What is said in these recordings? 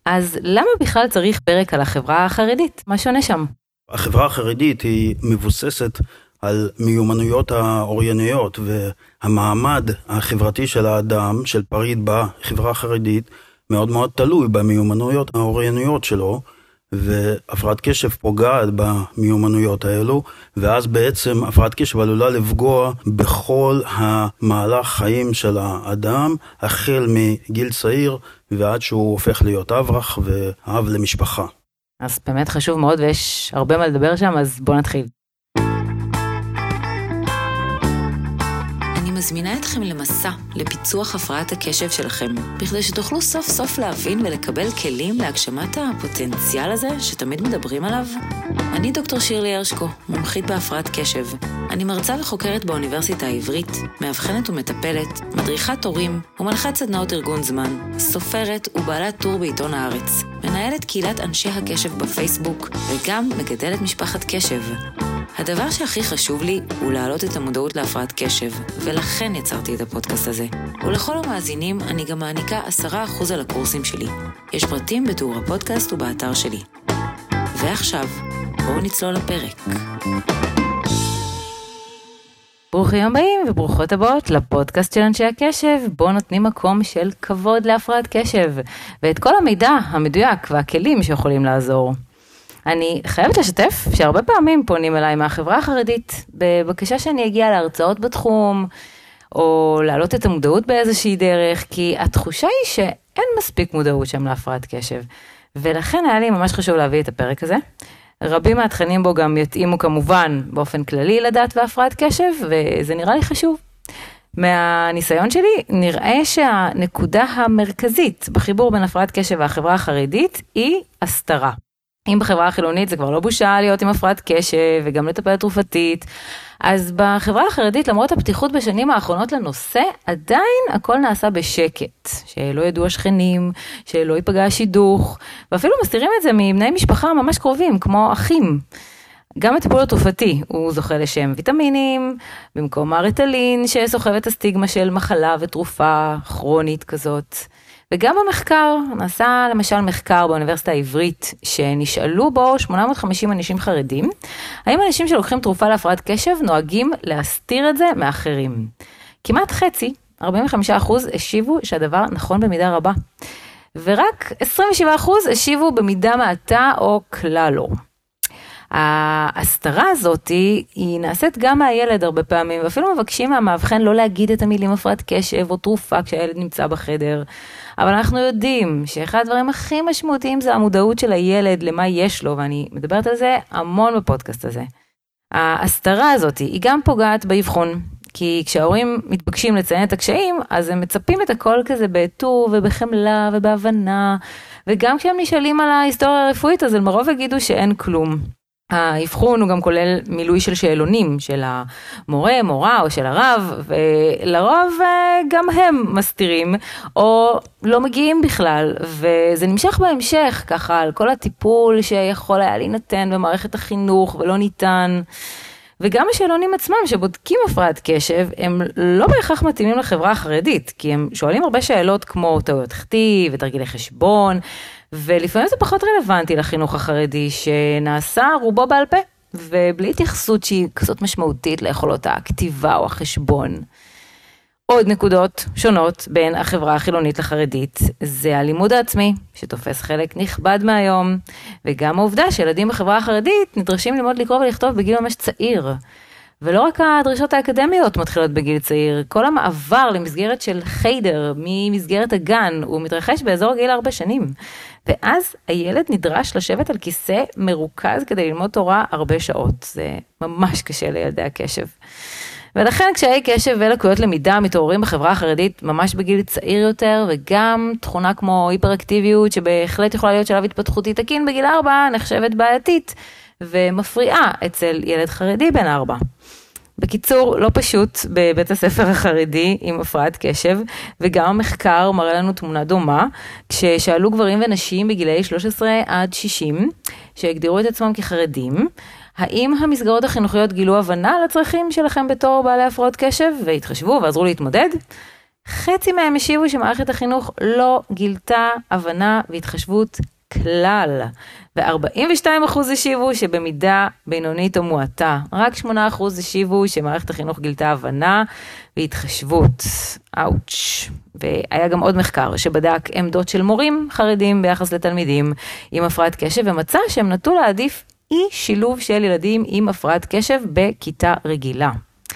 אז למה בכלל צריך פרק על החברה החרדית? מה שונה שם? החברה החרדית היא מבוססת על מיומנויות האורייניות, והמעמד החברתי של האדם, של פריט בחברה החרדית, מאוד מאוד תלוי במיומנויות האורייניות שלו, והפרעת קשב פוגעת במיומנויות האלו, ואז בעצם הפרעת קשב עלולה לפגוע בכל המהלך חיים של האדם, החל מגיל צעיר ועד שהוא הופך להיות אברך ואב למשפחה. אז באמת חשוב מאוד ויש הרבה מה לדבר שם, אז בואו נתחיל. מזמינה אתכם למסע לפיצוח הפרעת הקשב שלכם, בכדי שתוכלו סוף סוף להבין ולקבל כלים להגשמת הפוטנציאל הזה שתמיד מדברים עליו. אני דוקטור שירלי הרשקו, מומחית בהפרעת קשב. אני מרצה וחוקרת באוניברסיטה העברית, מאבחנת ומטפלת, מדריכת הורים ומנחת סדנאות ארגון זמן, סופרת ובעלת טור בעיתון הארץ, מנהלת קהילת אנשי הקשב בפייסבוק וגם מגדלת משפחת קשב. הדבר שהכי חשוב לי הוא להעלות את המודעות להפרעת קשב, ולכן יצרתי את הפודקאסט הזה. ולכל המאזינים אני גם מעניקה 10% על הקורסים שלי. יש פרטים בתיאור הפודקאסט ובאתר שלי. ועכשיו, בואו נצלול לפרק. ברוכים הבאים וברוכות הבאות לפודקאסט של אנשי הקשב, בו נותנים מקום של כבוד להפרעת קשב, ואת כל המידע המדויק והכלים שיכולים לעזור. אני חייבת לשתף שהרבה פעמים פונים אליי מהחברה החרדית בבקשה שאני אגיע להרצאות בתחום, או להעלות את המודעות באיזושהי דרך, כי התחושה היא שאין מספיק מודעות שם להפרעת קשב, ולכן היה לי ממש חשוב להביא את הפרק הזה. רבים מהתכנים בו גם יתאימו כמובן באופן כללי לדת והפרעת קשב, וזה נראה לי חשוב. מהניסיון שלי נראה שהנקודה המרכזית בחיבור בין הפרעת קשב והחברה החרדית היא הסתרה. אם בחברה החילונית זה כבר לא בושה להיות עם הפרעת קשב וגם לטפל תרופתית, אז בחברה החרדית למרות הפתיחות בשנים האחרונות לנושא, עדיין הכל נעשה בשקט, שלא ידעו השכנים, שלא ייפגע השידוך, ואפילו מסתירים את זה מבני משפחה ממש קרובים, כמו אחים. גם הטיפול התרופתי הוא זוכה לשם ויטמינים, במקום הריטלין שסוחב את הסטיגמה של מחלה ותרופה כרונית כזאת. וגם במחקר, נעשה למשל מחקר באוניברסיטה העברית, שנשאלו בו 850 אנשים חרדים, האם אנשים שלוקחים תרופה להפרעת קשב נוהגים להסתיר את זה מאחרים. כמעט חצי, 45% השיבו שהדבר נכון במידה רבה, ורק 27% השיבו במידה מעטה או כלל לא. ההסתרה הזאת היא נעשית גם מהילד הרבה פעמים, ואפילו מבקשים מהמאבחן לא להגיד את המילים הפרעת קשב או תרופה כשהילד נמצא בחדר. אבל אנחנו יודעים שאחד הדברים הכי משמעותיים זה המודעות של הילד למה יש לו, ואני מדברת על זה המון בפודקאסט הזה. ההסתרה הזאת היא גם פוגעת באבחון, כי כשההורים מתבקשים לציין את הקשיים, אז הם מצפים את הכל כזה בטוב ובחמלה ובהבנה, וגם כשהם נשאלים על ההיסטוריה הרפואית, אז הם לרוב יגידו שאין כלום. האבחון הוא גם כולל מילוי של שאלונים של המורה, מורה או של הרב, ולרוב גם הם מסתירים או לא מגיעים בכלל, וזה נמשך בהמשך ככה על כל הטיפול שיכול היה להינתן במערכת החינוך ולא ניתן. וגם השאלונים עצמם שבודקים הפרעת קשב, הם לא בהכרח מתאימים לחברה החרדית, כי הם שואלים הרבה שאלות כמו טעויות כתיב ותרגילי חשבון, ולפעמים זה פחות רלוונטי לחינוך החרדי, שנעשה רובו בעל פה, ובלי התייחסות שהיא כזאת משמעותית ליכולות הכתיבה או החשבון. עוד נקודות שונות בין החברה החילונית לחרדית, זה הלימוד העצמי, שתופס חלק נכבד מהיום, וגם העובדה שילדים בחברה החרדית נדרשים ללמוד לקרוא ולכתוב בגיל ממש צעיר. ולא רק הדרישות האקדמיות מתחילות בגיל צעיר, כל המעבר למסגרת של חיידר ממסגרת הגן, הוא מתרחש באזור גיל 4 שנים. ואז הילד נדרש לשבת על כיסא מרוכז כדי ללמוד תורה הרבה שעות. זה ממש קשה לילדי הקשב. ולכן קשיי קשב ולקויות למידה מתעוררים בחברה החרדית ממש בגיל צעיר יותר, וגם תכונה כמו היפראקטיביות שבהחלט יכולה להיות שלב התפתחותי תקין בגיל 4 נחשבת בעייתית ומפריעה אצל ילד חרדי בן 4. בקיצור, לא פשוט בבית הספר החרדי עם הפרעת קשב, וגם המחקר מראה לנו תמונה דומה, כששאלו גברים ונשים בגילי 13 עד 60, שהגדירו את עצמם כחרדים, האם המסגרות החינוכיות גילו הבנה לצרכים שלכם בתור בעלי הפרעות קשב, והתחשבו ועזרו להתמודד? חצי מהם השיבו שמערכת החינוך לא גילתה הבנה והתחשבות כלל, ו42% השיבו שבמידה בינונית או מועטה. רק 8% השיבו שמערכת החינוך גילתה הבנה והתחשבות. אאוץ'. והיה גם עוד מחקר שבדק עמדות של מורים חרדים ביחס לתלמידים עם הפרעת קשב, ומצא שהם נטו להעדיף אי שילוב של ילדים עם הפרעת קשב בכיתה רגילה.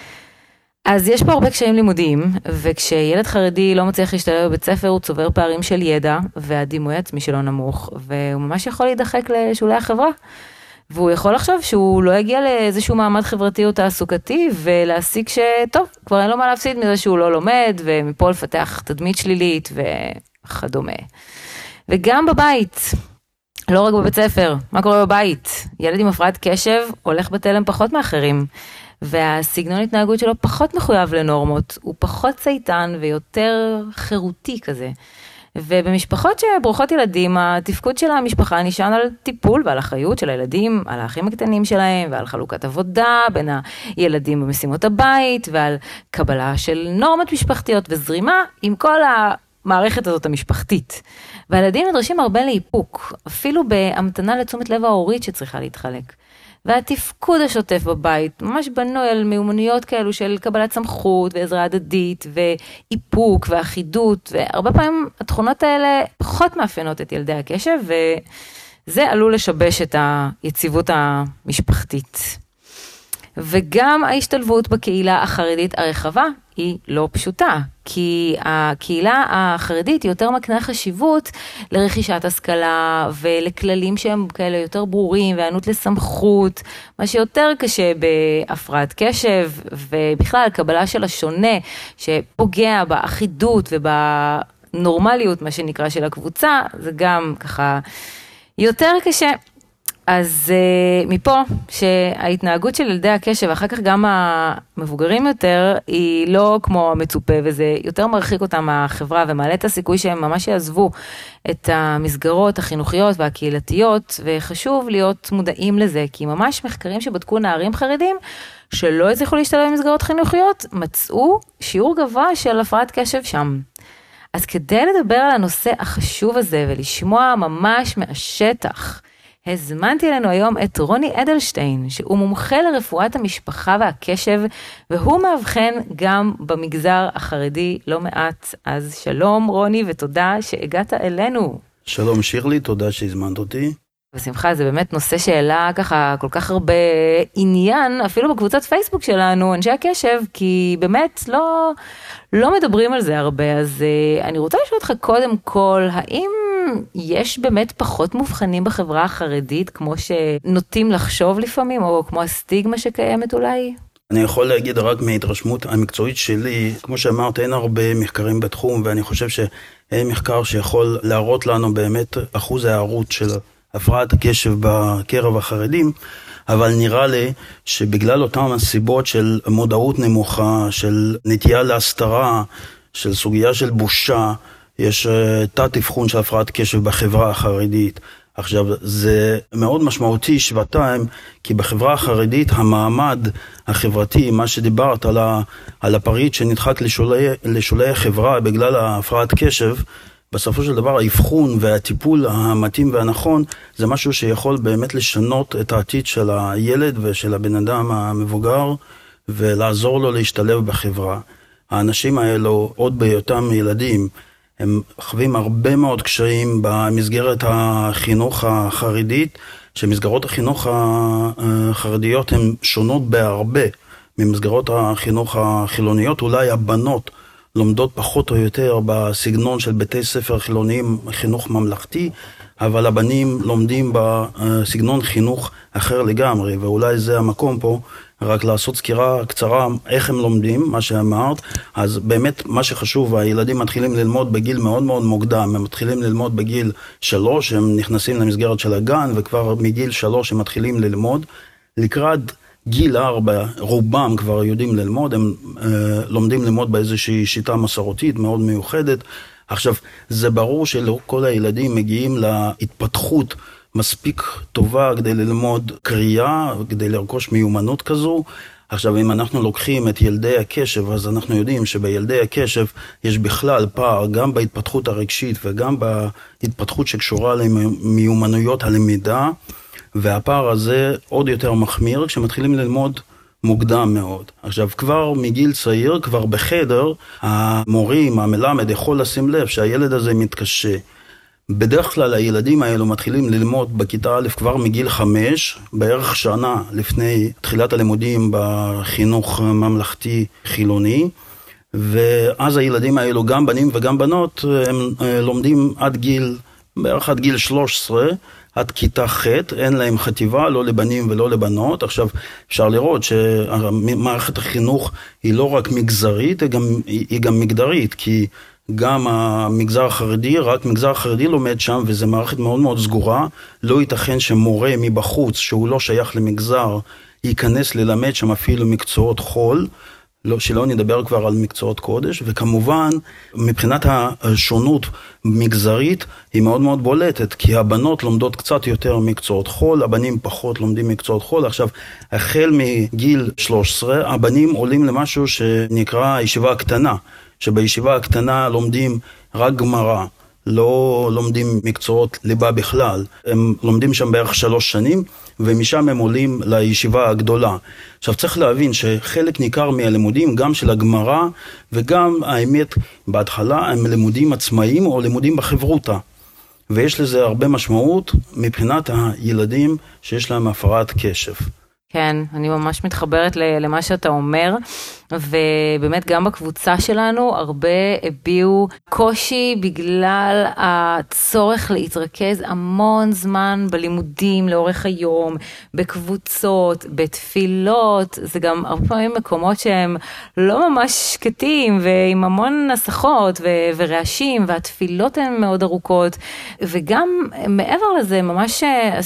אז יש פה הרבה קשיים לימודיים, וכשילד חרדי לא מצליח להשתלב בבית ספר, הוא צובר פערים של ידע, והדימוי עצמי שלו נמוך, והוא ממש יכול להידחק לשולי החברה. והוא יכול לחשוב שהוא לא יגיע לאיזשהו מעמד חברתי או תעסוקתי, ולהסיק שטוב, כבר אין לו מה להפסיד מזה שהוא לא לומד, ומפה לפתח תדמית שלילית וכדומה. וגם בבית, לא רק בבית ספר, מה קורה בבית? ילד עם הפרעת קשב הולך בתלם פחות מאחרים, והסגנון התנהגות שלו פחות מחויב לנורמות, הוא פחות צייתן ויותר חירותי כזה. ובמשפחות שברוכות ילדים, התפקוד של המשפחה נשען על טיפול ועל אחריות של הילדים, על האחים הקטנים שלהם, ועל חלוקת עבודה בין הילדים במשימות הבית, ועל קבלה של נורמות משפחתיות וזרימה עם כל המערכת הזאת המשפחתית. והילדים נדרשים הרבה לאיפוק, אפילו בהמתנה לתשומת לב ההורית שצריכה להתחלק. והתפקוד השוטף בבית ממש בנוי על מיומנויות כאלו של קבלת סמכות ועזרה הדדית ואיפוק ואחידות, והרבה פעמים התכונות האלה פחות מאפיינות את ילדי הקשב, וזה עלול לשבש את היציבות המשפחתית. וגם ההשתלבות בקהילה החרדית הרחבה היא לא פשוטה, כי הקהילה החרדית היא יותר מקנה חשיבות לרכישת השכלה ולכללים שהם כאלה יותר ברורים והענות לסמכות, מה שיותר קשה בהפרעת קשב ובכלל קבלה של השונה שפוגע באחידות ובנורמליות מה שנקרא של הקבוצה, זה גם ככה יותר קשה. אז מפה שההתנהגות של ילדי הקשב, אחר כך גם המבוגרים יותר, היא לא כמו המצופה, וזה יותר מרחיק אותם מהחברה, ומעלה את הסיכוי שהם ממש יעזבו את המסגרות החינוכיות והקהילתיות, וחשוב להיות מודעים לזה, כי ממש מחקרים שבדקו נערים חרדים, שלא הצליחו להשתלב במסגרות חינוכיות, מצאו שיעור גבוה של הפרעת קשב שם. אז כדי לדבר על הנושא החשוב הזה, ולשמוע ממש מהשטח, הזמנתי לנו היום את רוני אדלשטיין, שהוא מומחה לרפואת המשפחה והקשב, והוא מאבחן גם במגזר החרדי לא מעט. אז שלום רוני, ותודה שהגעת אלינו. שלום שירלי, תודה שהזמנת אותי. בשמחה, זה באמת נושא שאלה ככה כל כך הרבה עניין, אפילו בקבוצת פייסבוק שלנו, אנשי הקשב, כי באמת לא מדברים על זה הרבה. אז אני רוצה לשאול אותך קודם כל, האם יש באמת פחות מובחנים בחברה החרדית, כמו שנוטים לחשוב לפעמים, או כמו הסטיגמה שקיימת אולי? אני יכול להגיד רק מההתרשמות המקצועית שלי, כמו שאמרת, אין הרבה מחקרים בתחום, ואני חושב שאין מחקר שיכול להראות לנו באמת אחוז הערות של הפרעת הקשב בקרב החרדים, אבל נראה לי שבגלל אותם הסיבות של מודעות נמוכה, של נטייה להסתרה, של סוגיה של בושה, יש תת אבחון של הפרעת קשב בחברה החרדית. עכשיו, זה מאוד משמעותי שבעתיים, כי בחברה החרדית המעמד החברתי, מה שדיברת על הפריט שנדחק לשולי החברה בגלל הפרעת קשב, בסופו של דבר האבחון והטיפול המתאים והנכון, זה משהו שיכול באמת לשנות את העתיד של הילד ושל הבן אדם המבוגר, ולעזור לו להשתלב בחברה. האנשים האלו, עוד בהיותם ילדים, הם חווים הרבה מאוד קשיים במסגרת החינוך החרדית, שמסגרות החינוך החרדיות הן שונות בהרבה ממסגרות החינוך החילוניות. אולי הבנות לומדות פחות או יותר בסגנון של בתי ספר חילוניים, חינוך ממלכתי, אבל הבנים לומדים בסגנון חינוך אחר לגמרי, ואולי זה המקום פה רק לעשות סקירה קצרה איך הם לומדים, מה שאמרת. אז באמת מה שחשוב, הילדים מתחילים ללמוד בגיל מאוד מאוד מוקדם, הם מתחילים ללמוד בגיל 3, הם נכנסים למסגרת של הגן, וכבר מגיל 3 הם מתחילים ללמוד. לקראת גיל 4, רובם כבר יודעים ללמוד, הם לומדים ללמוד באיזושהי שיטה מסורתית מאוד מיוחדת. עכשיו, זה ברור שלא כל הילדים מגיעים להתפתחות מספיק טובה כדי ללמוד קריאה, כדי לרכוש מיומנות כזו, עכשיו, אם אנחנו לוקחים את ילדי הקשב, אז אנחנו יודעים שבילדי הקשב יש בכלל פער גם בהתפתחות הרגשית וגם בהתפתחות שקשורה למיומנויות הלמידה, והפער הזה עוד יותר מחמיר כשמתחילים ללמוד מוקדם מאוד. עכשיו, כבר מגיל צעיר, כבר בחדר, המורים, המלמד יכול לשים לב שהילד הזה מתקשה. בדרך כלל הילדים האלו מתחילים ללמוד בכיתה א' כבר מגיל 5, בערך שנה לפני תחילת הלימודים בחינוך ממלכתי חילוני, ואז הילדים האלו, גם בנים וגם בנות, הם לומדים בערך עד גיל 13, עד כיתה ח', אין להם חטיבה, לא לבנים ולא לבנות. עכשיו, אפשר לראות שמערכת החינוך היא לא רק מגזרית, היא גם מגדרית, כי גם המגזר החרדי, רק מגזר החרדי לומד שם, וזה מערכת מאוד מאוד סגורה. לא ייתכן שמורה מבחוץ, שהוא לא שייך למגזר, ייכנס ללמד שם אפילו מקצועות חול, שלא נדבר כבר על מקצועות קודש, וכמובן, מבחינת השונות מגזרית, היא מאוד מאוד בולטת, כי הבנות לומדות קצת יותר מקצועות חול, הבנים פחות לומדים מקצועות חול. עכשיו, החל מגיל 13, הבנים עולים למשהו שנקרא ישיבה הקטנה, שבישיבה הקטנה לומדים רק גמרא, לא לומדים מקצועות ליבה בכלל. הם לומדים שם בערך 3 שנים, ומשם הם עולים לישיבה הגדולה. עכשיו צריך להבין שחלק ניכר מהלימודים, גם של הגמרא, וגם האמת בהתחלה, הם לימודים עצמאיים או לימודים בחברותה. ויש לזה הרבה משמעות מבחינת הילדים שיש להם הפרעת קשב. כן, אני ממש מתחברת למה שאתה אומר, ובאמת גם בקבוצה שלנו הרבה הביעו קושי בגלל הצורך להתרכז המון זמן בלימודים לאורך היום, בקבוצות, בתפילות. זה גם הרבה פעמים מקומות שהם לא ממש שקטים ועם המון נסחות ורעשים, והתפילות הן מאוד ארוכות, וגם מעבר לזה ממש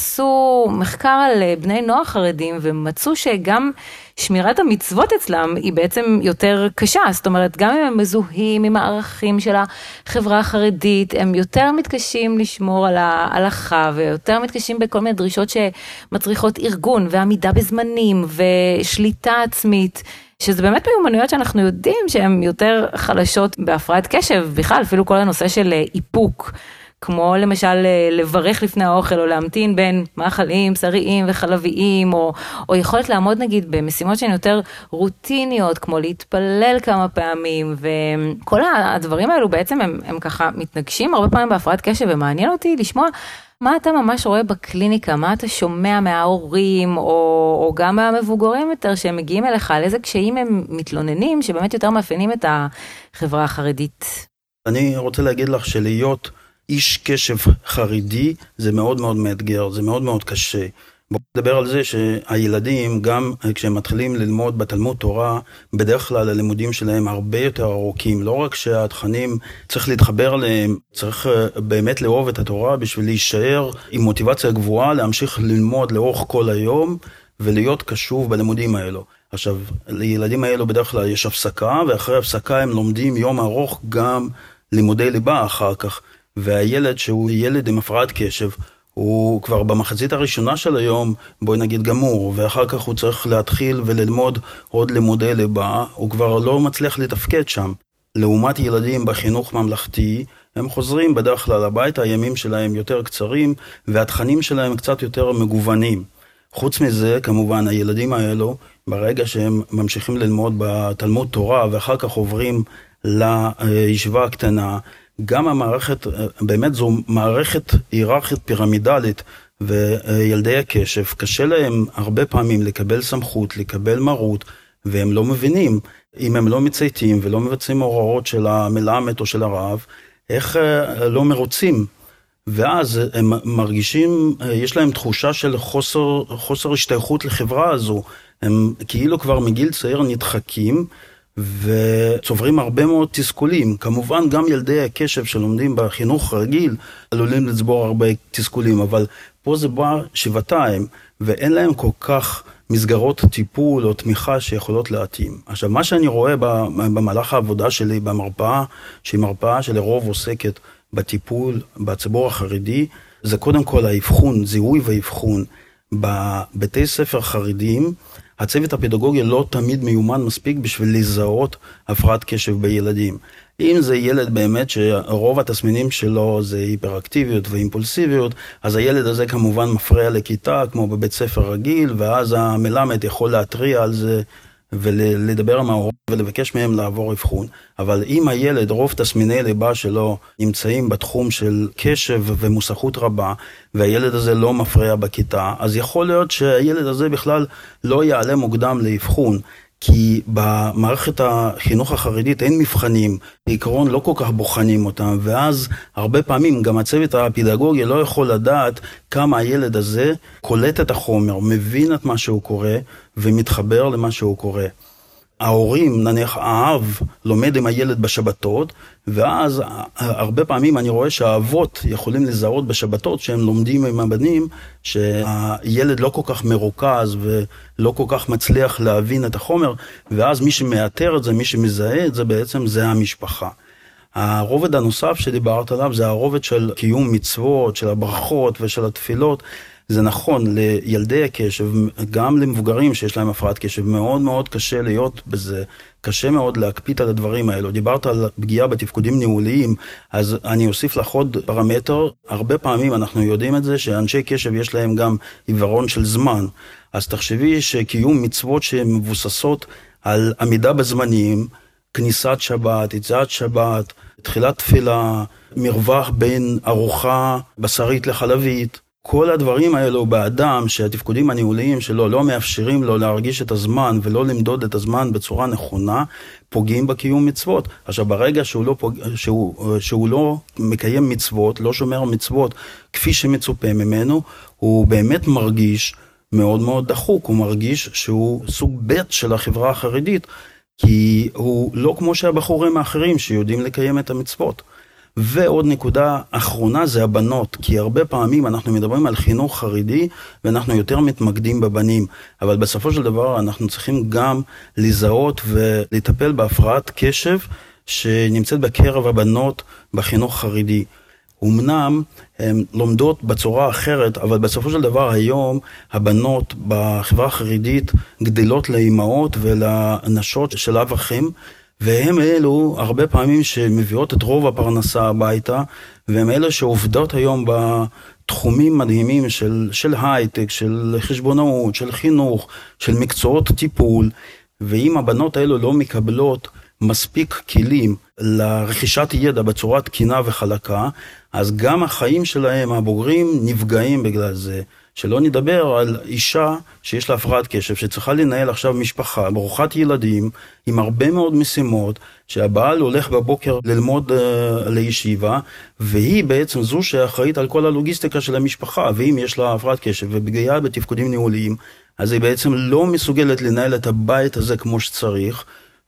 עשו מחקר על בני נוער חרדים, ומצאו שגם שמירת המצוות אצלם היא בעצם יותר קשה. זאת אומרת, גם אם הם מזוהים עם הערכים של החברה החרדית, הם יותר מתקשים לשמור על ההלכה, ויותר מתקשים בכל מיני דרישות שמצריכות ארגון, ועמידה בזמנים, ושליטה עצמית, שזה באמת מיומנויות שאנחנו יודעים שהן יותר חלשות בהפרעת קשב. בכלל, אפילו כל הנושא של איפוק, כמו למשל לברך לפני האוכל, או להמתין בין מאכלים, שריים וחלביים, או יכולת לעמוד נגיד במשימות שהן יותר רוטיניות, כמו להתפלל כמה פעמים, וכל הדברים האלו בעצם הם ככה מתנגשים הרבה פעמים בהפרעת קשב, ומעניין אותי לשמוע מה אתה ממש רואה בקליניקה, מה אתה שומע מההורים, או גם מהמבוגרים יותר שהם מגיעים אליך, על איזה קשיים הם מתלוננים, שבאמת יותר מאפיינים את החברה החרדית. אני רוצה להגיד לך שלהיות איש קשב חרדי זה מאוד מאוד מאתגר, זה מאוד מאוד קשה. בואו נדבר על זה שהילדים, גם כשהם מתחילים ללמוד בתלמוד תורה, בדרך כלל הלימודים שלהם הרבה יותר ארוכים. לא רק שהתכנים צריך להתחבר אליהם, צריך באמת לאהוב את התורה בשביל להישאר עם מוטיבציה גבוהה, להמשיך ללמוד לאורך כל היום ולהיות קשוב בלימודים האלו. עכשיו, לילדים האלו בדרך כלל יש הפסקה, ואחרי הפסקה הם לומדים יום ארוך גם לימודי ליבה אחר כך. והילד שהוא ילד עם הפרעת קשב, הוא כבר במחצית הראשונה של היום, בואי נגיד גמור, ואחר כך הוא צריך להתחיל וללמוד עוד לימודי ליבה, הוא כבר לא מצליח לתפקד שם. לעומת ילדים בחינוך ממלכתי, הם חוזרים בדרך כלל הביתה, הימים שלהם יותר קצרים, והתכנים שלהם קצת יותר מגוונים. חוץ מזה, כמובן, הילדים האלו, ברגע שהם ממשיכים ללמוד בתלמוד תורה, ואחר כך עוברים לישיבה הקטנה, גם המערכת, באמת זו מערכת היררכית פירמידלית, וילדי הקשב, קשה להם הרבה פעמים לקבל סמכות, לקבל מרות, והם לא מבינים, אם הם לא מצייתים ולא מבצעים הוראות של המלמד או של הרב, איך לא מרוצים. ואז הם מרגישים, יש להם תחושה של חוסר השתייכות לחברה הזו. הם כאילו כבר מגיל צעיר נדחקים, וצוברים הרבה מאוד תסכולים. כמובן גם ילדי הקשב שלומדים בחינוך רגיל עלולים לצבור הרבה תסכולים, אבל פה זה בא שבעתיים, ואין להם כל כך מסגרות טיפול או תמיכה שיכולות להתאים. עכשיו, מה שאני רואה במהלך העבודה שלי במרפאה, שהיא מרפאה שלרוב עוסקת בטיפול בציבור החרדי, זה קודם כל האבחון, זיהוי ואבחון. בבתי ספר חרדיים, הצוות הפדגוגי לא תמיד מיומן מספיק בשביל לזהות הפרעת קשב בילדים. אם זה ילד באמת שרוב התסמינים שלו זה היפראקטיביות ואימפולסיביות, אז הילד הזה כמובן מפריע לכיתה כמו בבית ספר רגיל, ואז המלמד יכול להתריע על זה ולדבר עם ההורים ולבקש מהם לעבור אבחון. אבל אם הילד, רוב תסמיני ליבה שלו נמצאים בתחום של קשב ומוסכות רבה, והילד הזה לא מפריע בכיתה, אז יכול להיות שהילד הזה בכלל לא יעלה מוקדם לאבחון, כי במערכת החינוך החרדית אין מבחנים, בעיקרון לא כל כך בוחנים אותם, ואז הרבה פעמים גם הצוות הפדגוגי לא יכול לדעת כמה הילד הזה קולט את החומר, מבין את מה שהוא קורא ומתחבר למה שהוא קורא. ההורים, נניח האב, לומד עם הילד בשבתות, ואז הרבה פעמים אני רואה שהאבות יכולים לזהות בשבתות שהם לומדים עם הבנים, שהילד לא כל כך מרוכז ולא כל כך מצליח להבין את החומר, ואז מי שמאתר את זה, מי שמזהה את זה בעצם זה המשפחה. הרובד הנוסף שדיברת עליו זה הרובד של קיום מצוות, של הברכות ושל התפילות. זה נכון לילדי הקשב, גם למבוגרים שיש להם הפרעת קשב, מאוד מאוד קשה להיות בזה, קשה מאוד להקפיד על הדברים האלו. דיברת על פגיעה בתפקודים ניהוליים, אז אני אוסיף לך עוד פרמטר, הרבה פעמים אנחנו יודעים את זה, שאנשי קשב יש להם גם עיוורון של זמן, אז תחשבי שקיום מצוות שמבוססות על עמידה בזמנים, כניסת שבת, יציאת שבת, תחילת תפילה, מרווח בין ארוחה בשרית לחלבית, כל הדברים האלו באדם שהתפקודים הניהוליים שלו לא מאפשרים לו להרגיש את הזמן ולא למדוד את הזמן בצורה נכונה, פוגעים בקיום מצוות. עכשיו ברגע שהוא לא מקיים מצוות, לא שומר מצוות כפי שמצופה ממנו, הוא באמת מרגיש מאוד מאוד דחוק, הוא מרגיש שהוא סוג ב' של החברה החרדית, כי הוא לא כמו שהבחורים האחרים שיודעים לקיים את המצוות. ועוד נקודה אחרונה זה הבנות, כי הרבה פעמים אנחנו מדברים על חינוך חרדי ואנחנו יותר מתמקדים בבנים, אבל בסופו של דבר אנחנו צריכים גם לזהות ולטפל בהפרעת קשב שנמצאת בקרב הבנות בחינוך חרדי. אמנם הן לומדות בצורה אחרת, אבל בסופו של דבר היום הבנות בחברה החרדית גדלות לאימהות ולנשות של אב אחים, והם אלו הרבה פעמים שמביאות את רוב הפרנסה הביתה, והם אלו שעובדות היום בתחומים מדהימים של הייטק, של חשבונאות, של חינוך, של מקצועות טיפול, ואם הבנות האלו לא מקבלות מספיק כלים לרכישת ידע בצורה תקינה וחלקה, אז גם החיים שלהם, הבוגרים, נפגעים בגלל זה. שלא נדבר על אישה שיש לה הפרעת קשב, שצריכה לנהל עכשיו משפחה, ברוכת ילדים, עם הרבה מאוד משימות, שהבעל הולך בבוקר ללמוד לישיבה, והיא בעצם זו שאחראית על כל הלוגיסטיקה של המשפחה, ואם יש לה הפרעת קשב ופגיעה בתפקודים ניהוליים, אז היא בעצם לא מסוגלת לנהל את הבית הזה כמו שצריך,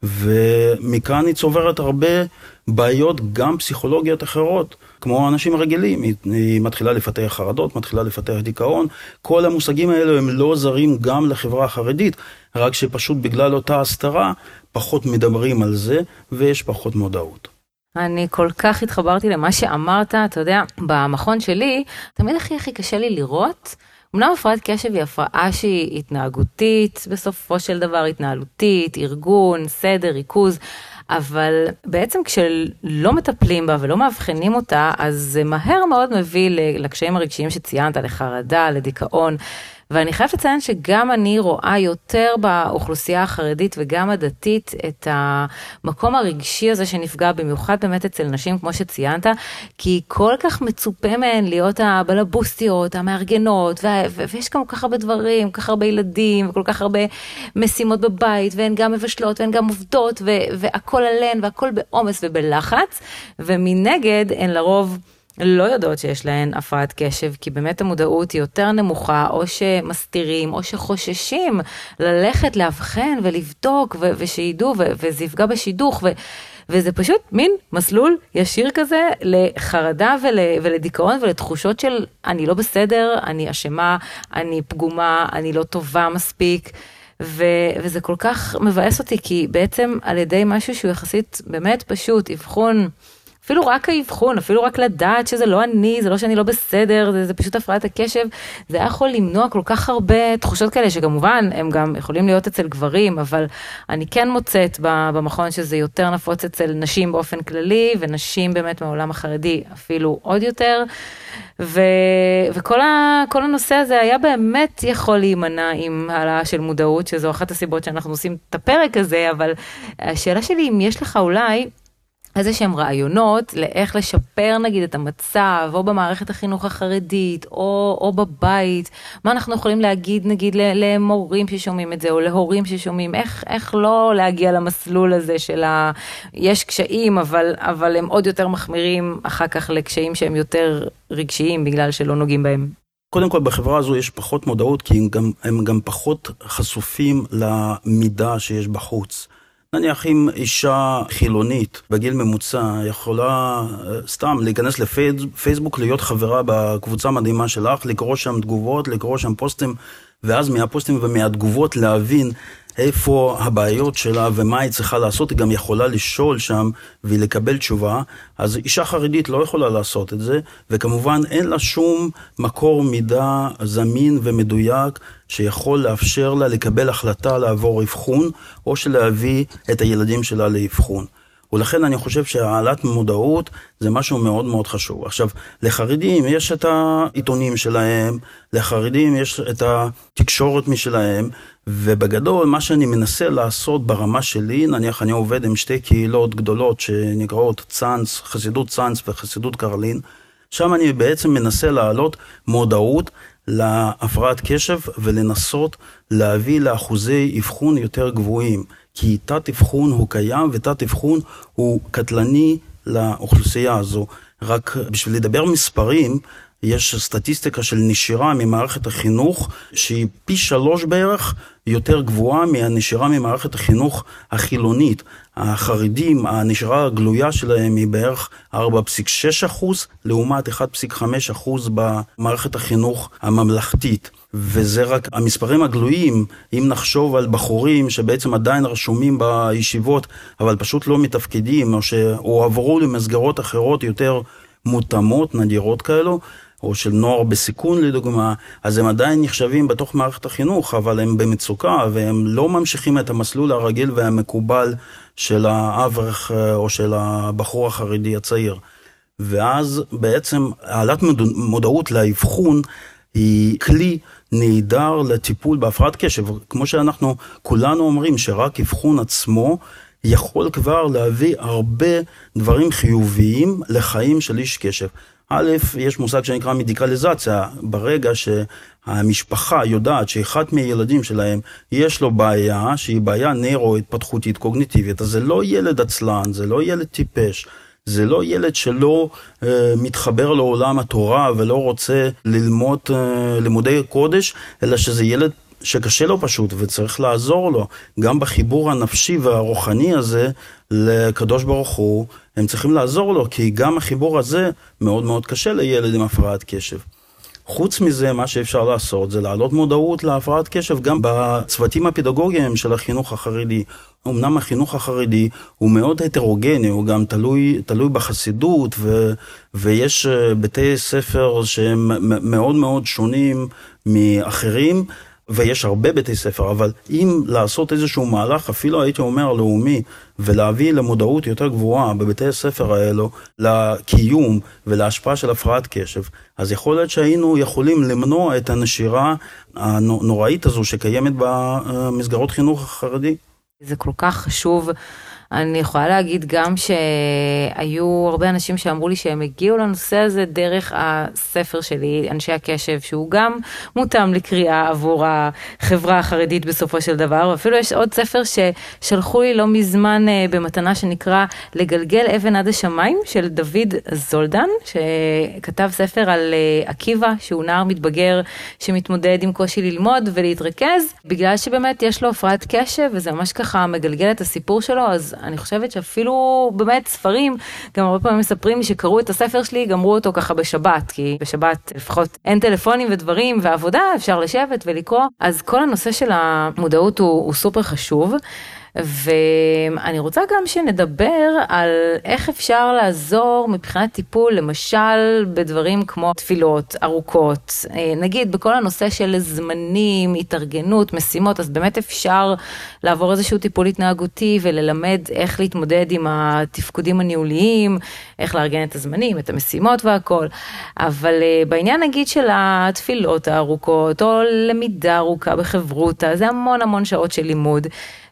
ומכאן היא צוברת הרבה בעיות גם פסיכולוגיות אחרות, כמו אנשים רגילים, היא מתחילה לפתח חרדות, מתחילה לפתח דיכאון, כל המושגים האלו הם לא זרים גם לחברה החרדית, רק שפשוט בגלל אותה הסתרה פחות מדברים על זה ויש פחות מודעות. אני כל כך התחברתי למה שאמרת, אתה יודע, במכון שלי, תמיד הכי קשה לי לראות, אמנם הפרעת קשב היא הפרעה שהיא התנהגותית, בסופו של דבר התנהלותית, ארגון, סדר, ריכוז, אבל בעצם כשלא מטפלים בה ולא מאבחנים אותה, אז זה מהר מאוד מביא לקשיים הרגשיים שציינת, לחרדה, לדיכאון, ואני חייבת לציין שגם אני רואה יותר באוכלוסייה החרדית וגם הדתית את המקום הרגשי הזה שנפגע, במיוחד באמת אצל נשים כמו שציינת, כי כל כך מצופה מהן להיות הבלבוסטיות, המארגנות, ויש גם כל כך הרבה דברים, כל כך הרבה ילדים, וכל כך הרבה משימות בבית, והן גם מבשלות, והן גם עובדות, והכל עליהן, והכל בעומס ובלחץ, ומנגד הן לרוב לא יודעות שיש להן הפרעת קשב, כי באמת המודעות היא יותר נמוכה, או שמסתירים, או שחוששים ללכת להבחן ולבדוק, ושידעו, וזה יפגע בשידוך, וזה פשוט מין מסלול ישיר כזה לחרדה ולדיכאון ולתחושות של אני לא בסדר, אני אשמה, אני פגומה, אני לא טובה מספיק, וזה כל כך מבאס אותי, כי בעצם על ידי משהו שהוא יחסית באמת פשוט, אבחון אפילו רק האבחון, אפילו רק לדעת שזה לא אני, זה לא שאני לא בסדר, זה פשוט הפרעת הקשב, זה יכול למנוע כל כך הרבה תחושות כאלה, שכמובן הם גם יכולים להיות אצל גברים, אבל אני כן מוצאת במכון שזה יותר נפוץ אצל נשים באופן כללי, ונשים באמת מהעולם החרדי אפילו עוד יותר, וכל הנושא הזה היה באמת יכול להימנע עם העלאה של מודעות, שזו אחת הסיבות שאנחנו עושים את הפרק הזה, אבל השאלה שלי, אם יש לך אולי איזה שהם רעיונות לאיך לשפר נגיד את המצב, או במערכת החינוך החרדית, או בבית, מה אנחנו יכולים להגיד נגיד למורים ששומעים את זה, או להורים ששומעים, איך לא להגיע למסלול הזה של יש קשיים, אבל הם עוד יותר מחמירים אחר כך לקשיים שהם יותר רגשיים, בגלל שלא נוגעים בהם. קודם כל, בחברה הזו יש פחות מודעות, כי הם גם פחות חשופים למידע שיש בחוץ. נניח אם אישה חילונית בגיל ממוצע יכולה סתם להיכנס לפייסבוק, להיות חברה בקבוצה מדהימה שלך, לקרוא שם תגובות, לקרוא שם פוסטים, ואז מהפוסטים ומהתגובות להבין איפה הבעיות שלה ומה היא צריכה לעשות, היא גם יכולה לשאול שם ולקבל תשובה, אז אישה חרדית לא יכולה לעשות את זה, וכמובן אין לה שום מקור מידע זמין ומדויק, שיכול לאפשר לה לקבל החלטה לעבור אבחון, או שלהביא את הילדים שלה לאבחון. ולכן אני חושב שהעלאת מודעות זה משהו מאוד מאוד חשוב. עכשיו, לחרדים יש את העיתונים שלהם, לחרדים יש את התקשורת משלהם, ובגדול מה שאני מנסה לעשות ברמה שלי, נניח אני עובד עם שתי קהילות גדולות שנקראות צאנץ, חסידות צאנץ וחסידות קרלין, שם אני בעצם מנסה להעלות מודעות להפרעת קשב ולנסות להביא לאחוזי אבחון יותר גבוהים. כי תת אבחון הוא קיים ותת אבחון הוא קטלני לאוכלוסייה הזו. רק בשביל לדבר מספרים, יש סטטיסטיקה של נשירה ממערכת החינוך שהיא פי 3 בערך יותר גבוהה מהנשירה ממערכת החינוך החילונית. החרדים, הנשירה הגלויה שלהם היא בערך 4.6% לעומת 1.5% במערכת החינוך הממלכתית. וזה רק המספרים הגלויים, אם נחשוב על בחורים שבעצם עדיין רשומים בישיבות, אבל פשוט לא מתפקידים, או עברו למסגרות אחרות יותר מותאמות, נדירות כאלו, או של נוער בסיכון לדוגמה, אז הם עדיין נחשבים בתוך מערכת החינוך, אבל הם במצוקה, והם לא ממשיכים את המסלול הרגיל והמקובל של האברך או של הבחור החרדי הצעיר. ואז בעצם העלאת מודעות לאבחון היא כלי נהדר לטיפול בהפרעת קשב. כמו שאנחנו כולנו אומרים שרק אבחון עצמו יכול כבר להביא הרבה דברים חיוביים לחיים של איש קשב. א', יש מושג שנקרא מדיקליזציה, ברגע שהמשפחה יודעת שאחד מהילדים שלהם יש לו בעיה, שהיא בעיה נוירו-התפתחותית קוגניטיבית, אז זה לא ילד עצלן, זה לא ילד טיפש, זה לא ילד שלא מתחבר לעולם התורה ולא רוצה ללמוד לימודי קודש, אלא שזה ילד שקשה לו פשוט וצריך לעזור לו. גם בחיבור הנפשי והרוחני הזה לקדוש ברוך הוא, הם צריכים לעזור לו, כי גם החיבור הזה מאוד מאוד קשה לילד עם הפרעת קשב. חוץ מזה, מה שאפשר לעשות זה להעלות מודעות להפרעת קשב גם בצוותים הפדגוגיים של החינוך החרדי. אמנם החינוך החרדי הוא מאוד הטרוגני, הוא גם תלוי בחסידות, ויש בתי ספר שהם מאוד מאוד שונים מאחרים, ויש הרבה בתי ספר, אבל אם לעשות איזשהו מהלך, אפילו הייתי אומר לאומי, ולהביא למודעות יותר גבוהה בבתי הספר האלו, לקיום ולהשפעה של הפרעת קשב, אז יכול להיות שהיינו יכולים למנוע את הנשירה הנוראית הזו שקיימת במסגרות חינוך החרדי. זה כל כך חשוב. אני יכולה להגיד גם שהיו הרבה אנשים שאמרו לי שהם הגיעו לנושא הזה דרך הספר שלי, אנשי הקשב, שהוא גם מותאם לקריאה עבור החברה החרדית בסופו של דבר, ואפילו יש עוד ספר ששלחו לי לא מזמן במתנה שנקרא לגלגל אבן עד השמיים, של דוד זולדן, שכתב ספר על עקיבא, שהוא נער מתבגר שמתמודד עם קושי ללמוד ולהתרכז, בגלל שבאמת יש לו הפרעת קשב, וזה ממש ככה מגלגל את הסיפור שלו, אז אני חושבת שאפילו באמת ספרים, גם הרבה פעמים מספרים לי שקראו את הספר שלי, גמרו אותו ככה בשבת, כי בשבת לפחות אין טלפונים ודברים ועבודה, אפשר לשבת ולקרוא. אז כל הנושא של המודעות הוא סופר חשוב. ואני רוצה גם שנדבר על איך אפשר לעזור מבחינת טיפול, למשל בדברים כמו תפילות ארוכות, נגיד בכל הנושא של זמנים, התארגנות, משימות, אז באמת אפשר לעבור איזשהו טיפול התנהגותי וללמד איך להתמודד עם התפקודים הניהוליים, איך לארגן את הזמנים, את המשימות והכל, אבל בעניין נגיד של התפילות הארוכות, או למידה ארוכה בחברותה, זה המון שעות של לימוד,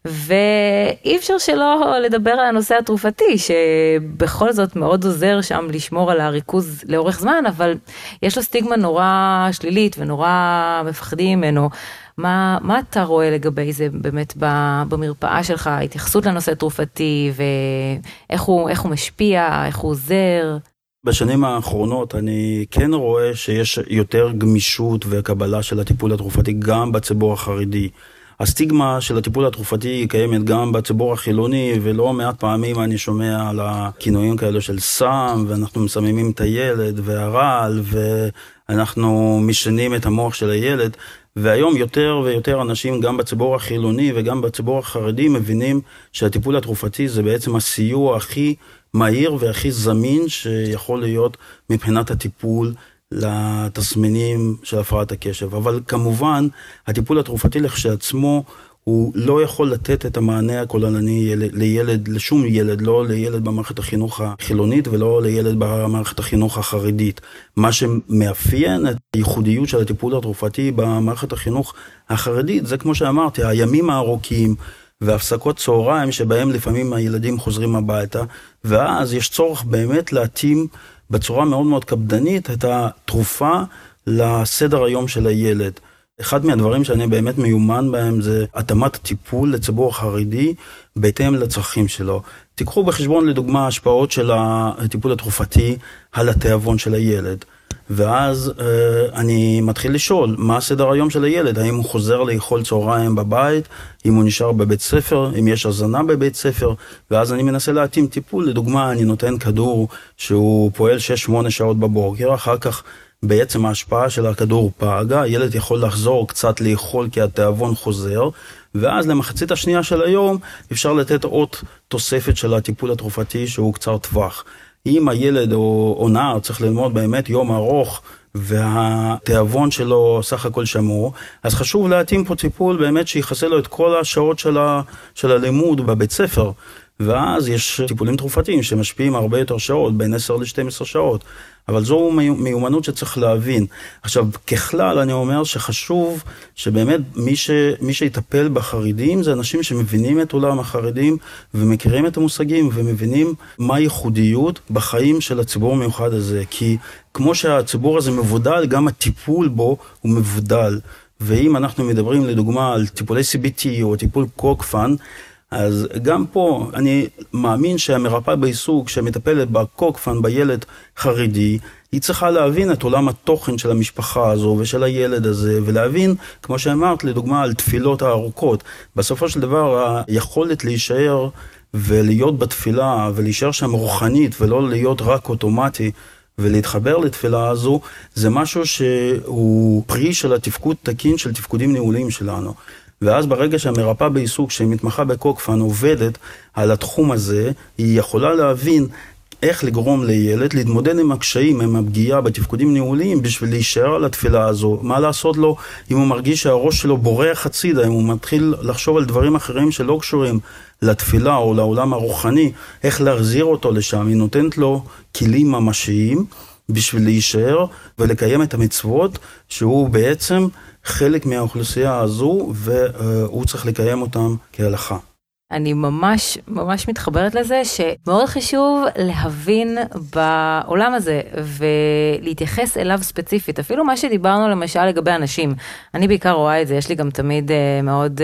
ואי אפשר שלא לדבר על הנושא התרופתי, שבכל זאת מאוד עוזר שם לשמור על הריכוז לאורך זמן, אבל יש לו סטיגמה נורא שלילית ונורא מפחדים ממנו. מה אתה רואה לגבי זה באמת במרפאה שלך, התייחסות לנושא תרופתי, ואיך הוא משפיע, איך הוא עוזר? בשנים האחרונות אני כן רואה שיש יותר גמישות וקבלה של הטיפול התרופתי גם בציבור החרדי. הסטיגמה של הטיפול התרופתי קיימת גם בציבור החילוני, ולא מעט פעמים אני שומע על הכינויים כאלו של סם, ואנחנו מסממים את הילד והרעל, ואנחנו משנים את המוח של הילד, והיום יותר ויותר אנשים גם בציבור החילוני וגם בציבור החרדי מבינים שהטיפול התרופתי זה בעצם הסיוע הכי מהיר והכי זמין שיכול להיות מבחינת הטיפול לתסמינים של הפרעת הקשב. אבל כמובן, הטיפול התרופתי לכשעצמו, הוא לא יכול לתת את המענה הכוללני לילד, לשום ילד, לא לילד במערכת החינוך החילונית ולא לילד במערכת החינוך החרדית. מה שמאפיין את הייחודיות של הטיפול התרופתי במערכת החינוך החרדית, זה כמו שאמרתי, הימים הארוכים והפסקות צהריים שבהם לפעמים הילדים חוזרים הביתה, ואז יש צורך באמת להתאים בצורה מאוד מאוד קפדנית את התרופה לסדר היום של הילד. אחד מהדברים שאני באמת מיומן בהם זה התאמת הטיפול לציבור החרדי בהתאם לצרכים שלו. תיקחו בחשבון לדוגמה השפעות של הטיפול התרופתי על התיאבון של הילד. ואז אני מתחיל לשאול, מה הסדר היום של הילד? האם הוא חוזר לאכול צהריים בבית? אם הוא נשאר בבית ספר? אם יש הזנה בבית ספר? ואז אני מנסה להתאים טיפול. לדוגמה, אני נותן כדור שהוא פועל 6-8 שעות בבוקר, אחר כך בעצם ההשפעה של הכדור פגה, הילד יכול לחזור קצת לאכול כי התיאבון חוזר, ואז למחצית השנייה של היום אפשר לתת עוד תוספת של הטיפול התרופתי שהוא קצר טווח. אם הילד או נער צריך ללמוד באמת יום ארוך והתיאבון שלו סך הכל שמור, אז חשוב להתאים פה טיפול באמת שיחסה לו את כל השעות של הלימוד בבית ספר. ואז יש טיפולים תרופתיים שמשפיעים הרבה יותר שעות, בין 10 ל-12 שעות. אבל זו מיומנות שצריך להבין. עכשיו, ככלל אני אומר שחשוב שבאמת מי שיטפל בחרדים זה אנשים שמבינים את עולם החרדים ומכירים את המושגים ומבינים מה הייחודיות בחיים של הציבור המיוחד הזה. כי כמו שהציבור הזה מבודל, גם הטיפול בו הוא מבודל. ואם אנחנו מדברים לדוגמה על טיפולי CBT או טיפול קוקפן, אז גם פה אני מאמין שהמרפאה בעיסוק שמטפלת בקוקפן בילד חרדי, היא צריכה להבין את עולם התוכן של המשפחה הזו ושל הילד הזה, ולהבין, כמו שאמרת, לדוגמה על תפילות הארוכות. בסופו של דבר, היכולת להישאר ולהיות בתפילה ולהישאר שם רוחנית ולא להיות רק אוטומטי, ולהתחבר לתפילה הזו, זה משהו שהוא פרי של התפקוד תקין של תפקודים ניהוליים שלנו. ואז ברגע שהמרפאה בעיסוק שמתמחה בקוקפן עובדת על התחום הזה, היא יכולה להבין איך לגרום לילד להתמודד עם הקשיים, עם הפגיעה בתפקודים ניהוליים בשביל להישאר על התפילה הזו. מה לעשות לו אם הוא מרגיש שהראש שלו בורח הצידה, אם הוא מתחיל לחשוב על דברים אחרים שלא קשורים לתפילה או לעולם הרוחני, איך להחזיר אותו לשם. היא נותנת לו כלים ממשיים בשביל להישאר ולקיים את המצוות שהוא בעצם חלק מהאוכלוסייה הזו, והוא צריך לקיים אותם כהלכה. אני ממש מתחברת לזה שמאוד חשוב להבין בעולם הזה ולהתייחס אליו ספציפית. אפילו מה שדיברנו למשל לגבי אנשים. אני בעיקר רואה את זה, יש לי גם תמיד מאוד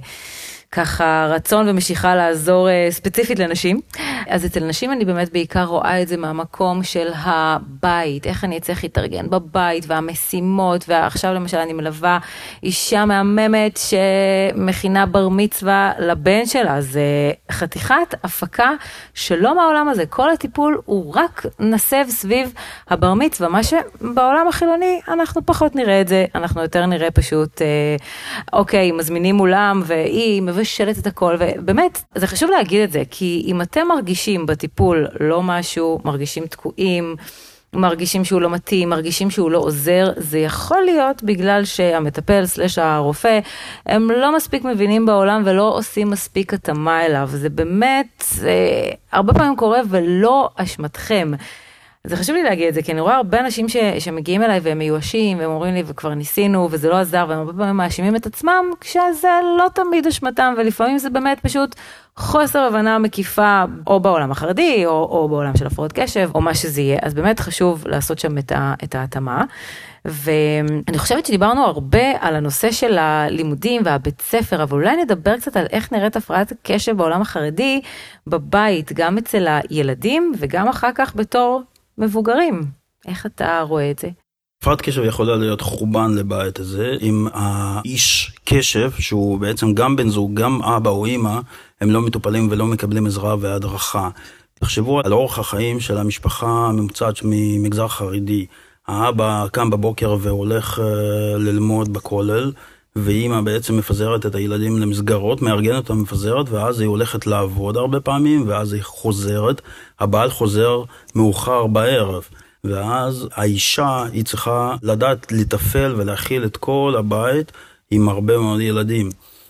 ככה רצון ומשיכה לעזור ספציפית לנשים. אז אצל נשים אני באמת בעיקר רואה את זה מהמקום של הבית, איך אני צריך להתארגן בבית והמשימות, ועכשיו למשל אני מלווה אישה מהממת שמכינה בר מצווה לבן שלה, זה חתיכת הפקה שלא מהעולם הזה, כל הטיפול הוא רק נסב סביב הבר מצווה, מה שבעולם החילוני אנחנו פחות נראה את זה, אנחנו יותר נראה פשוט, אוקיי, מזמינים מולם והיא מבשלת, מבשלת את הכל, ובאמת, זה חשוב להגיד את זה, כי אם אתם מרגישים בטיפול לא משהו, מרגישים תקועים, מרגישים שהוא לא מתאים, מרגישים שהוא לא עוזר, זה יכול להיות בגלל שהמטפל סלש הרופא, הם לא מספיק מבינים בעולם ולא עושים מספיק התאמה אליו. זה באמת, הרבה פעמים קורה ולא אשמתכם. זה חשוב לי להגיד את זה, כי אני רואה הרבה אנשים שמגיעים אליי והם מיואשים, והם אומרים לי וכבר ניסינו וזה לא עזר, והם הרבה פעמים מאשימים את עצמם, כשזה לא תמיד אשמתם, ולפעמים זה באמת פשוט חוסר הבנה מקיפה, או בעולם החרדי, או בעולם של הפרעות קשב, או מה שזה יהיה. אז באמת חשוב לעשות שם את ההתאמה. ואני חושבת שדיברנו הרבה על הנושא של הלימודים והבית ספר, אבל אולי נדבר קצת על איך נראית הפרעת קשב בעולם החרדי, בבית, גם אצל הילדים, וגם אחר כך בתור מבוגרים. איך אתה רואה את זה? הפרעת קשב יכולה להיות חורבן לבית הזה, אם האיש קשב, שהוא בעצם גם בן זוג, גם אבא או אמא, הם לא מטופלים ולא מקבלים עזרה והדרכה. תחשבו על אורח החיים של המשפחה הממוצעת ממגזר חרדי. האבא קם בבוקר והולך ללמוד בכולל, ואמא בעצם מפזרת את הילדים למסגרות, מארגנת אותם מפזרת, ואז היא הולכת לעבוד הרבה פעמים, ואז היא חוזרת, הבעל חוזר מאוחר בערב. ואז האישה היא צריכה לדעת לטפל ולהכיל את כל הבית עם הרבה מאוד ילדים.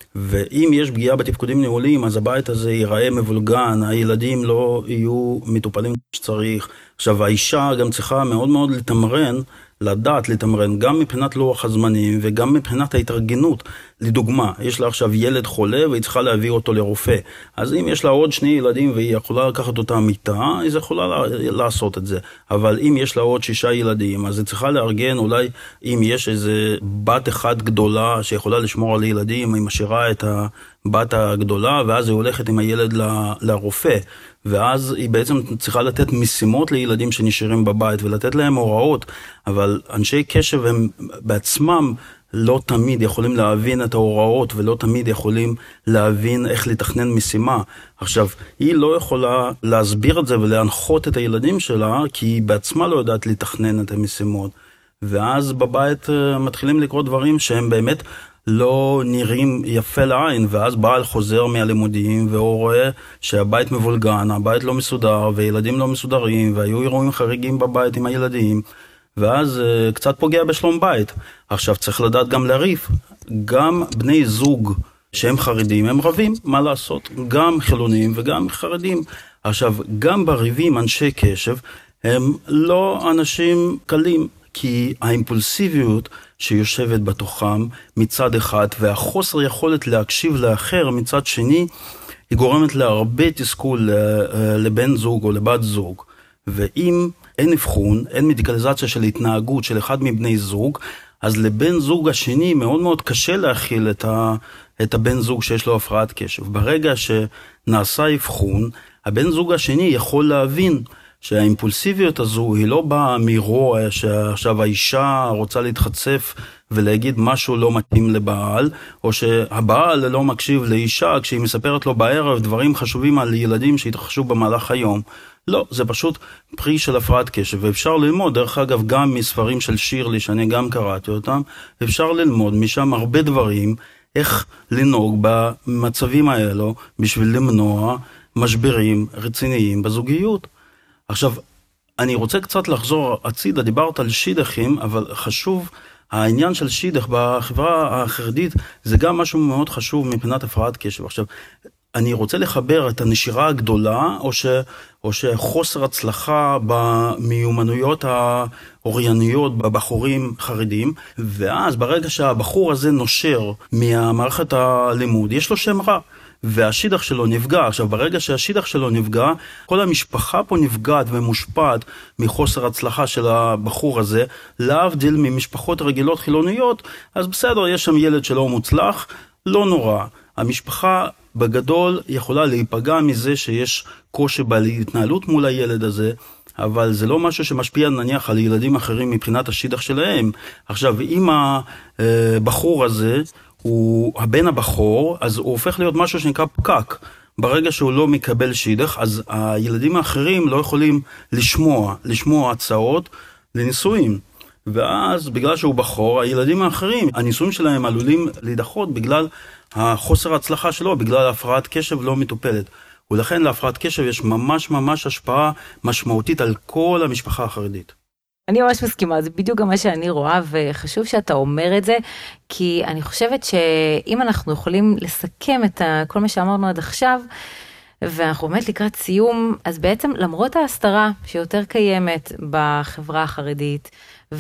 ואם יש פגיעה בתפקודים ניהוליים, אז הבית הזה ייראה מבולגן, הילדים לא יהיו מטופלים שצריך. עכשיו, האישה גם צריכה מאוד מאוד לתמרן, לדעת לתמרן, גם מבחינת לוח הזמנים וגם מבחינת ההתארגנות. לדוגמה, יש לה עכשיו ילד חולה והיא צריכה להביא אותו לרופא. אז אם יש לה עוד 2 ילדים והיא יכולה לקחת אותה מיטה, היא יכולה לעשות את זה. אבל אם יש לה עוד 6 ילדים, אז היא צריכה לארגן, אולי אם יש איזה בת אחת גדולה שיכולה לשמור על ילדים, היא משאירה את הבת הגדולה, ואז היא הולכת עם הילד לרופא. ואז היא בעצם צריכה לתת משימות לילדים שנשארים בבית ולתת להם הוראות, אבל אנשי קשב הם בעצמם לא תמיד יכולים להבין את ההוראות ולא תמיד יכולים להבין איך לתכנן משימה. עכשיו, היא לא יכולה להסביר את זה ולהנחות את הילדים שלה, כי היא בעצמה לא יודעת לתכנן את המשימות. ואז בבית מתחילים לקרות דברים שהם באמת לא נראים יפה לעין, ואז בעל חוזר מהלימודים והוא רואה שהבית מבולגן, הבית לא מסודר וילדים לא מסודרים, והיו אירועים חריגים בבית עם הילדים, ואז קצת פוגע בשלום בית. עכשיו צריך לדעת גם לריב, גם בני זוג שהם חרדים הם רבים, מה לעשות? גם חילונים וגם חרדים. עכשיו גם בריבים אנשי קשב הם לא אנשים קלים, כי האימפולסיביות שיושבת בתוכם מצד אחד, והחוסר יכולת להקשיב לאחר מצד שני, היא גורמת להרבה תסכול לבן זוג או לבת זוג. ואם אין אבחון, אין מדיקליזציה של התנהגות של אחד מבני זוג, אז לבן זוג השני מאוד מאוד קשה להכיל את הבן זוג שיש לו הפרעת קשב. ברגע שנעשה אבחון, הבן זוג השני יכול להבין שהאימפולסיביות הזו היא לא באה מרוע שעכשיו האישה רוצה להתחצף ולהגיד משהו לא מתאים לבעל, או שהבעל לא מקשיב לאישה כשהיא מספרת לו בערב דברים חשובים על ילדים שהתרחשו במהלך היום. לא, זה פשוט פרי של הפרעת קשב, ואפשר ללמוד, דרך אגב, גם מספרים של שירלי, שאני גם קראתי אותם, אפשר ללמוד משם הרבה דברים, איך לנהוג במצבים האלו, בשביל למנוע משברים רציניים בזוגיות. עכשיו, אני רוצה קצת לחזור הצידה, דיברת על שידכים, אבל חשוב, העניין של שידך בחברה החרדית, זה גם משהו מאוד חשוב מבחינת הפרעת קשב. עכשיו, אני רוצה לחבר את הנשירה הגדולה, או שחוסר הצלחה במיומנויות האורייניות בבחורים חרדים, ואז ברגע שהבחור הזה נושר מהמערכת הלימוד, יש לו שם רע. והשידך שלו נפגע. עכשיו, ברגע שהשידך שלו נפגע, כל המשפחה פה נפגעת ומושפעת מחוסר הצלחה של הבחור הזה, להבדיל ממשפחות רגילות חילוניות, אז בסדר, יש שם ילד שלא מוצלח, לא נורא. המשפחה בגדול יכולה להיפגע מזה שיש קושי בהתנהלות מול הילד הזה, אבל זה לא משהו שמשפיע נניח על ילדים אחרים מבחינת השידך שלהם. עכשיו, אם הבחור הזה הוא הבן הבחור, אז הוא הופך להיות משהו שנקרא פקק. ברגע שהוא לא מקבל שידך, אז הילדים האחרים לא יכולים לשמוע הצעות לנישואים. ואז בגלל שהוא בחור, הילדים האחרים, הניסויים שלהם עלולים להידחות בגלל החוסר ההצלחה שלו, בגלל הפרעת קשב לא מטופלת. ולכן להפרעת קשב יש ממש השפעה משמעותית על כל המשפחה החרדית. אני ממש מסכימה, זה בדיוק גם מה שאני רואה, וחשוב שאתה אומר את זה, כי אני חושבת שאם אנחנו יכולים לסכם את כל מה שאמרנו עד עכשיו, ואנחנו באמת לקראת סיום, אז בעצם למרות ההסתרה שיותר קיימת בחברה החרדית,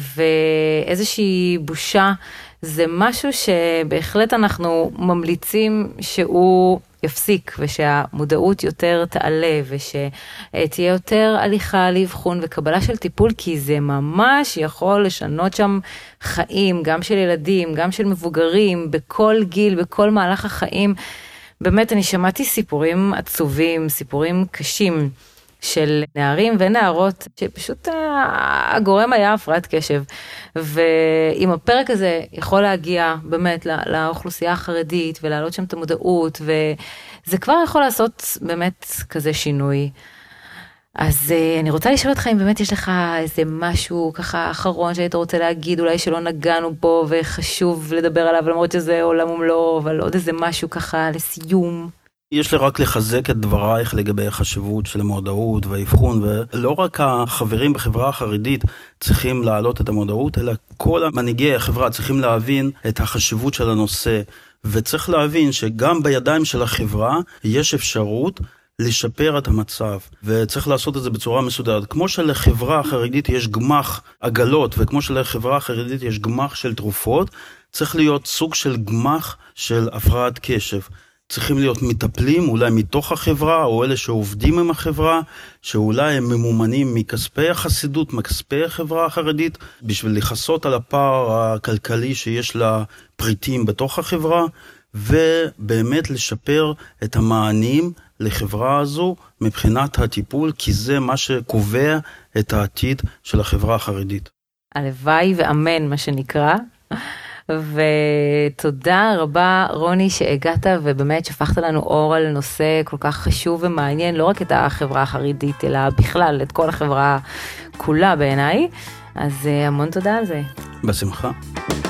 ואיזושהי בושה, זה משהו שבהחלט אנחנו ממליצים שהוא יפסיק, ושהמודעות יותר תעלה, ושתהיה יותר הליכה לאבחון וקבלה של טיפול, כי זה ממש יכול לשנות שם חיים, גם של ילדים, גם של מבוגרים, בכל גיל, בכל מהלך החיים. באמת, אני שמעתי סיפורים עצובים, סיפורים קשים, של נערים ונערות, שפשוט הגורם היה הפרעת קשב, ואם הפרק הזה יכול להגיע באמת לאוכלוסייה החרדית, ולהעלות שם את המודעות, וזה כבר יכול לעשות באמת כזה שינוי. אז אני רוצה לשאול אותך אם באמת יש לך איזה משהו ככה אחרון שהיית רוצה להגיד, אולי שלא נגענו בו וחשוב לדבר עליו, למרות שזה עולם ומלואו, אבל עוד איזה משהו ככה לסיום. יש לי רק לחזק את דברייך לגבי החשיבות של המודעות והאבחון, ולא רק החברים בחברה החרדית צריכים להעלות את המודעות, אלא כל מנהיגי החברה צריכים להבין את החשיבות של הנושא, וצריך להבין שגם בידיים של החברה יש אפשרות לשפר את המצב, וצריך לעשות את זה בצורה מסודרת. כמו שלחברה החרדית יש גמח עגלות, וכמו שלחברה החרדית יש גמח של תרופות, צריך להיות סוג של גמח של הפרעת קשב. צריכים להיות מטפלים, אולי מתוך החברה, או אלה שעובדים עם החברה, שאולי הם ממומנים מכספי החסידות, מכספי החברה החרדית, בשביל לחסות על הפער הכלכלי שיש לפריטים בתוך החברה, ובאמת לשפר את המענים לחברה הזו מבחינת הטיפול, כי זה מה שקובע את העתיד של החברה החרדית. הלוואי ואמן, מה שנקרא. ותודה רבה רוני שהגעת ובאמת שפכת לנו אור על נושא כל כך חשוב ומעניין, לא רק את החברה החרדית אלא בכלל את כל החברה כולה בעיניי, אז המון תודה על זה. בשמחה.